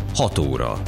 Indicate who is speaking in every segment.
Speaker 1: 6 óra.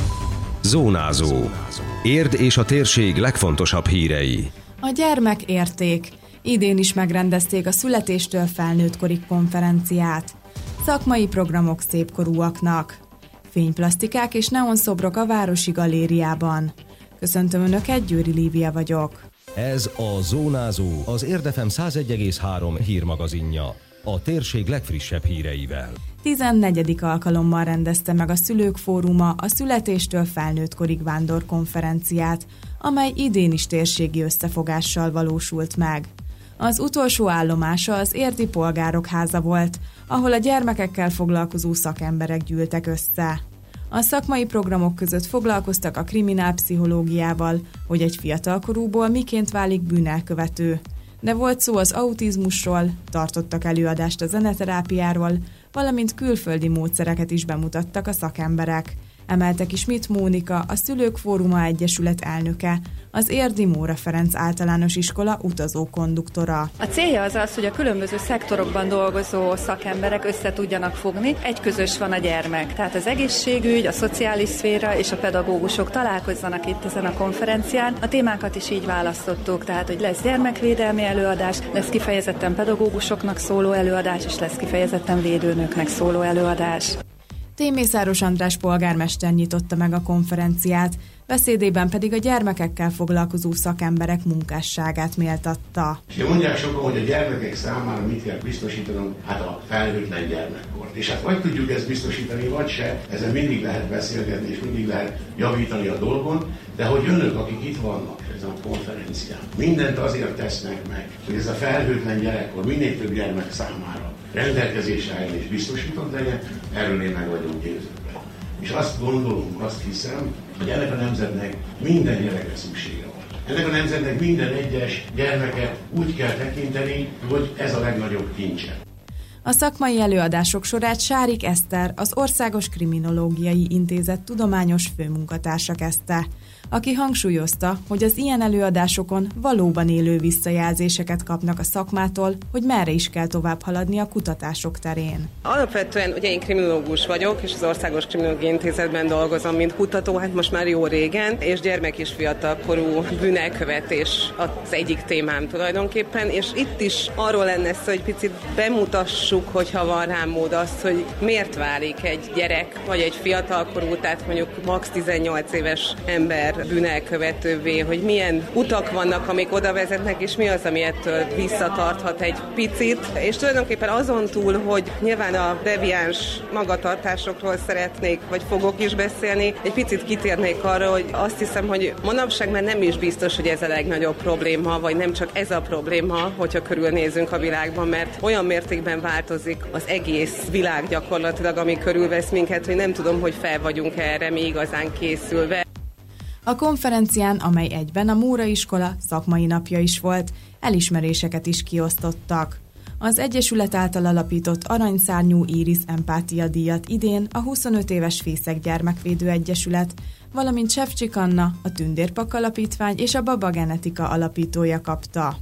Speaker 1: Zónázó. Érd és a térség legfontosabb hírei.
Speaker 2: A gyermek érték. Idén is megrendezték a születéstől felnőttkorig konferenciát. Szakmai programok szépkorúaknak. Fényplasztikák és neonszobrok a Városi Galériában. Köszöntöm Önöket, Győri Lívia vagyok.
Speaker 1: Ez a Zónázó, az Érd FM 101,3 hírmagazinja. A térség legfrissebb híreivel.
Speaker 2: 14. alkalommal rendezte meg a Szülők Fóruma a születéstől felnőttkorig vándorkonferenciát, amely idén is térségi összefogással valósult meg. Az utolsó állomása az érdi polgárok háza volt, ahol a gyermekekkel foglalkozó szakemberek gyűltek össze. A szakmai programok között foglalkoztak a kriminálpszichológiával, hogy egy fiatalkorúból miként válik bűnelkövető. De volt szó az autizmusról, tartottak előadást a zeneterápiáról, valamint külföldi módszereket is bemutattak a szakemberek. Emelte ki Schmidt Mónika, a Szülők Fóruma Egyesület elnöke, az érdi Móra Ferenc általános iskola utazókonduktora.
Speaker 3: A célja az, hogy a különböző szektorokban dolgozó szakemberek össze tudjanak fogni. Egy közös van a gyermek, tehát az egészségügy, a szociális szféra és a pedagógusok találkozzanak itt ezen a konferencián. A témákat is így választottuk, tehát hogy lesz gyermekvédelmi előadás, lesz kifejezetten pedagógusoknak szóló előadás, és lesz kifejezetten védőnőknek szóló előadás.
Speaker 2: Mészáros András polgármester nyitotta meg a konferenciát, beszédében pedig a gyermekekkel foglalkozó szakemberek munkásságát méltatta.
Speaker 4: És mondják sokan, hogy a gyermekek számára mit kell biztosítanunk, hát a felnőttlen gyermekkort. És hát vagy tudjuk ezt biztosítani, vagy se, ezen mindig lehet beszélgetni, és mindig lehet javítani a dolgon, de hogy önök, akik itt vannak ezen a konferencián, mindent azért tesznek meg, hogy ez a felnőttlen gyerekkor minél több gyermek számára rendelkezésre álljon és biztosított legyen, erről én meg vagyok győződve. És azt gondolom, azt hiszem, hogy ennek a nemzetnek minden gyerekre szüksége van. Ennek a nemzetnek minden egyes gyermeket úgy kell tekinteni, hogy ez a legnagyobb kincse.
Speaker 2: A szakmai előadások sorát Sárik Eszter, az Országos Kriminológiai Intézet tudományos főmunkatársa kezdte, aki hangsúlyozta, hogy az ilyen előadásokon valóban élő visszajelzéseket kapnak a szakmától, hogy merre is kell tovább haladni a kutatások terén.
Speaker 5: Alapvetően ugye én kriminológus vagyok, és az Országos Kriminológiai Intézetben dolgozom, mint kutató, hát most már jó régen, és gyermek és fiatalkorú bűnelkövetés az egyik témám tulajdonképpen, és itt is arról lenne szó, hogy picit bemutassuk, hogyha van rá mód azt, hogy miért válik egy gyerek, vagy egy fiatalkorú, tehát mondjuk max. 18 éves ember bűnelkövetővé, hogy milyen utak vannak, amik oda vezetnek, és mi az, ami ettől visszatarthat egy picit. És tulajdonképpen azon túl, hogy nyilván a deviáns magatartásokról szeretnék, vagy fogok is beszélni, egy picit kitérnék arra, hogy azt hiszem, hogy manapság már nem is biztos, hogy ez a legnagyobb probléma, vagy nem csak ez a probléma, hogyha körülnézünk a világban, mert olyan mértékben változik az egész világ gyakorlatilag, ami körülvesz minket, hogy nem tudom, hogy fel vagyunk erre mi igazán készülve.
Speaker 2: A konferencián, amely egyben a Móra iskola szakmai napja is volt, elismeréseket is kiosztottak. Az Egyesület által alapított Aranyszárnyú Íris Empátia díjat idén a 25 éves Fészek Gyermekvédő Egyesület, valamint Sefcsik Anna, a Tündérpak Alapítvány és a Baba Genetika alapítója kapta.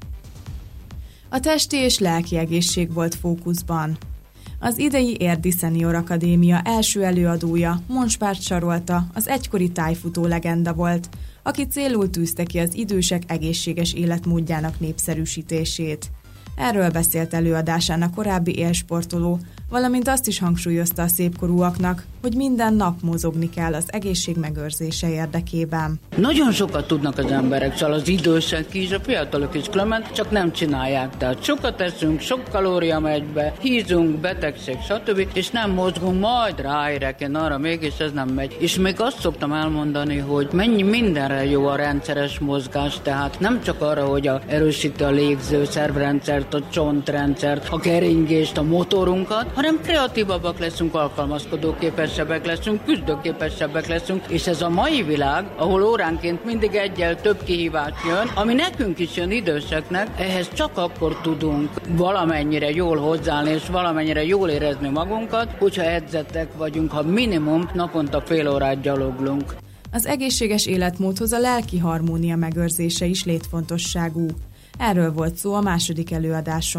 Speaker 2: A testi és lelki egészség volt fókuszban. Az idei Érdi Szenior Akadémia első előadója, Monspárt Sarolta, az egykori tájfutó legenda volt, aki célul tűzte ki az idősek egészséges életmódjának népszerűsítését. Erről beszélt előadásán a korábbi élsportoló, valamint azt is hangsúlyozta a szépkorúaknak, hogy minden nap mozogni kell az egészség megőrzése érdekében.
Speaker 6: Nagyon sokat tudnak az emberek, szóval az idősek is, a fiatalok is különben, csak nem csinálják. Tehát sokat eszünk, sok kalória megy be, hízunk, betegség, stb. És nem mozgunk, majd ráérek arra, mégis ez nem megy. És még azt szoktam elmondani, hogy mennyi mindenre jó a rendszeres mozgás, tehát nem csak arra, hogy erősíti a légző szervrendszert, a csontrendszert, a keringést, a motorunkat, hanem kreatívabbak leszünk, alkalmazkodóképesebbek leszünk, küzdőképesebbek leszünk, és ez a mai világ, ahol óránként mindig egyel több kihívás jön, ami nekünk is jön időseknek, ehhez csak akkor tudunk valamennyire jól hozzáállni, és valamennyire jól érezni magunkat, hogyha edzettek vagyunk, ha minimum naponta fél órát gyaloglunk.
Speaker 2: Az egészséges életmódhoz a lelki harmónia megőrzése is létfontosságú. Erről volt szó a második előadáson.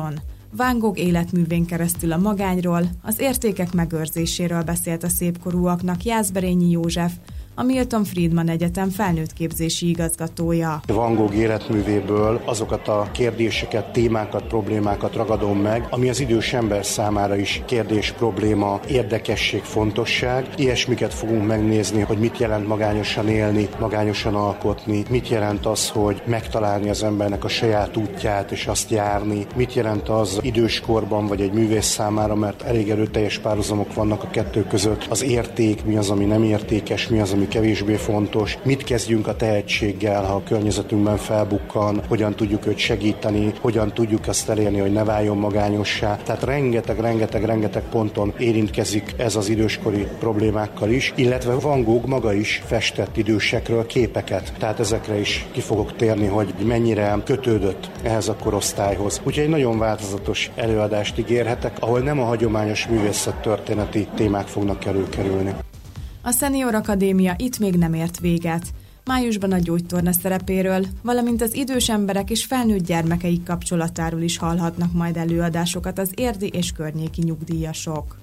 Speaker 2: Van Gogh életművén keresztül a magányról, az értékek megőrzéséről beszélt a szépkorúaknak Jászberényi József, a Milton Friedman Egyetem felnőttképzési igazgatója.
Speaker 7: Van Gogh életművéből azokat a kérdéseket, témákat, problémákat ragadom meg, ami az idős ember számára is kérdés, probléma, érdekesség, fontosság. Ilyesmiket fogunk megnézni, hogy mit jelent magányosan élni, magányosan alkotni, mit jelent az, hogy megtalálni az embernek a saját útját és azt járni, mit jelent az időskorban vagy egy művész számára, mert elég erőteljes párhuzamok vannak a kettő között. Az érték, mi az, ami nem értékes, mi az, ami kevésbé fontos, mit kezdjünk a tehetséggel, ha a környezetünkben felbukkan, hogyan tudjuk őt segíteni, hogyan tudjuk azt elérni, hogy ne váljon magányossá. Tehát rengeteg ponton érintkezik ez az időskori problémákkal is, illetve Van Gogh maga is festett idősekről képeket. Tehát ezekre is ki fogok térni, hogy mennyire kötődött ehhez a korosztályhoz. Úgyhogy egy nagyon változatos előadást ígérhetek, ahol nem a hagyományos művészettörténeti témák fognak előkerülni.
Speaker 2: A Senior Akadémia itt még nem ért véget. Májusban a gyógytorna szerepéről, valamint az idős emberek és felnőtt gyermekeik kapcsolatáról is hallhatnak majd előadásokat az érdi és környéki nyugdíjasok.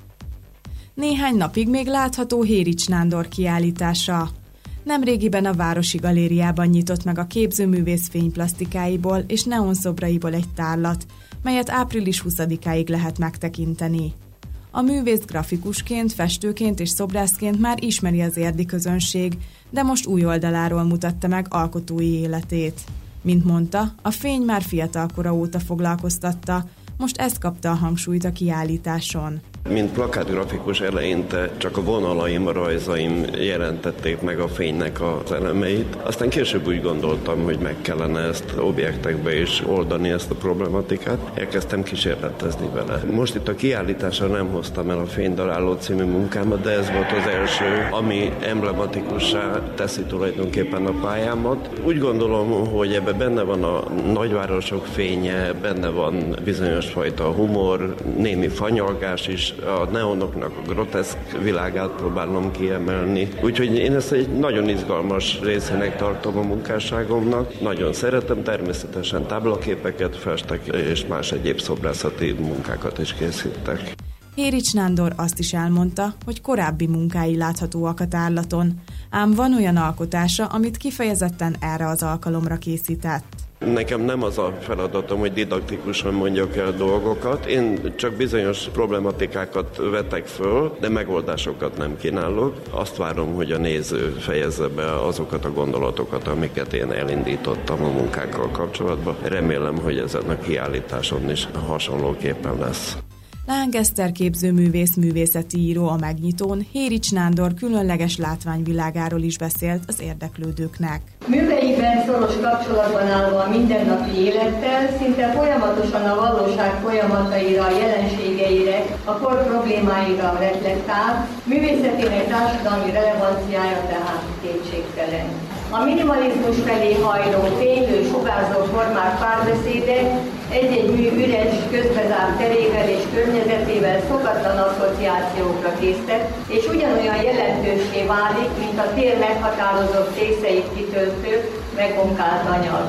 Speaker 2: Néhány napig még látható Hérics Nándor kiállítása. Nemrégiben a Városi Galériában nyitott meg a képzőművész fényplasztikáiból és neonszobraiból egy tárlat, melyet április 20-áig lehet megtekinteni. A művész grafikusként, festőként és szobrászként már ismeri az érdi közönség, de most új oldaláról mutatta meg alkotói életét. Mint mondta, a fény már fiatalkora óta foglalkoztatta, most ezt kapta a hangsúlyt a kiállításon.
Speaker 8: Mint plakátgrafikus eleinte csak a vonalaim, a rajzaim jelentették meg a fénynek az elemeit. Aztán később úgy gondoltam, hogy meg kellene ezt objektekbe is oldani, ezt a problematikát. Elkezdtem kísérletezni vele. Most itt a kiállításra nem hoztam el a Fénydaráló című munkámat, de ez volt az első, ami emblematikussá teszi tulajdonképpen a pályámat. Úgy gondolom, hogy ebben benne van a nagyvárosok fénye, benne van bizonyos fajta humor, némi fanyalgás is, a neonoknak a groteszk világát próbálom kiemelni. Úgyhogy én ezt egy nagyon izgalmas részének tartom a munkásságomnak. Nagyon szeretem, természetesen táblaképeket festek, és más egyéb szobrászati munkákat is készítek.
Speaker 2: Hérics Nándor azt is elmondta, hogy korábbi munkái láthatóak a tárlaton, ám van olyan alkotása, amit kifejezetten erre az alkalomra készített.
Speaker 8: Nekem nem az a feladatom, hogy didaktikusan mondjak el dolgokat. Én csak bizonyos problematikákat vetek föl, de megoldásokat nem kínálok. Azt várom, hogy a néző fejezze be azokat a gondolatokat, amiket én elindítottam a munkákkal kapcsolatban. Remélem, hogy ezen a kiállításon is hasonlóképpen lesz.
Speaker 2: Láng Eszter képzőművész, művészeti író a megnyitón Hérics Nándor különleges látványvilágáról is beszélt az érdeklődőknek.
Speaker 9: Műveiben szoros kapcsolatban állva a mindennapi élettel, szinte folyamatosan a valóság folyamataira, jelenségeire, a kor problémáira reflektál, művészetének társadalmi relevanciája tehát kétségtelen. A minimalizmus felé hajló, fénylő, sugárzó formák párbeszéde egy-egy mű üres, közbezárt terével és környezetével szokatlan asszociációkra késztet, és ugyanolyan jelentőssé válik, mint a tér meghatározott részeit kitöltő, megmunkált anyag.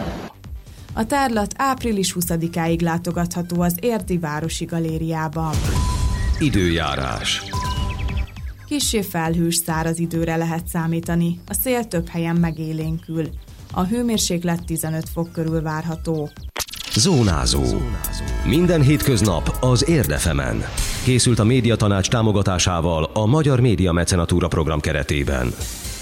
Speaker 2: A tárlat április 20-áig látogatható az érdi Városi Galériában.
Speaker 1: Időjárás.
Speaker 2: Kissé felhős, száraz időre lehet számítani, a szél több helyen megélénkül. A hőmérséklet 15 fok körül várható.
Speaker 1: Zónázó. Minden hétköznap az Érd FM-en. Készült a Médiatanács támogatásával a Magyar Média Mecenatúra program keretében.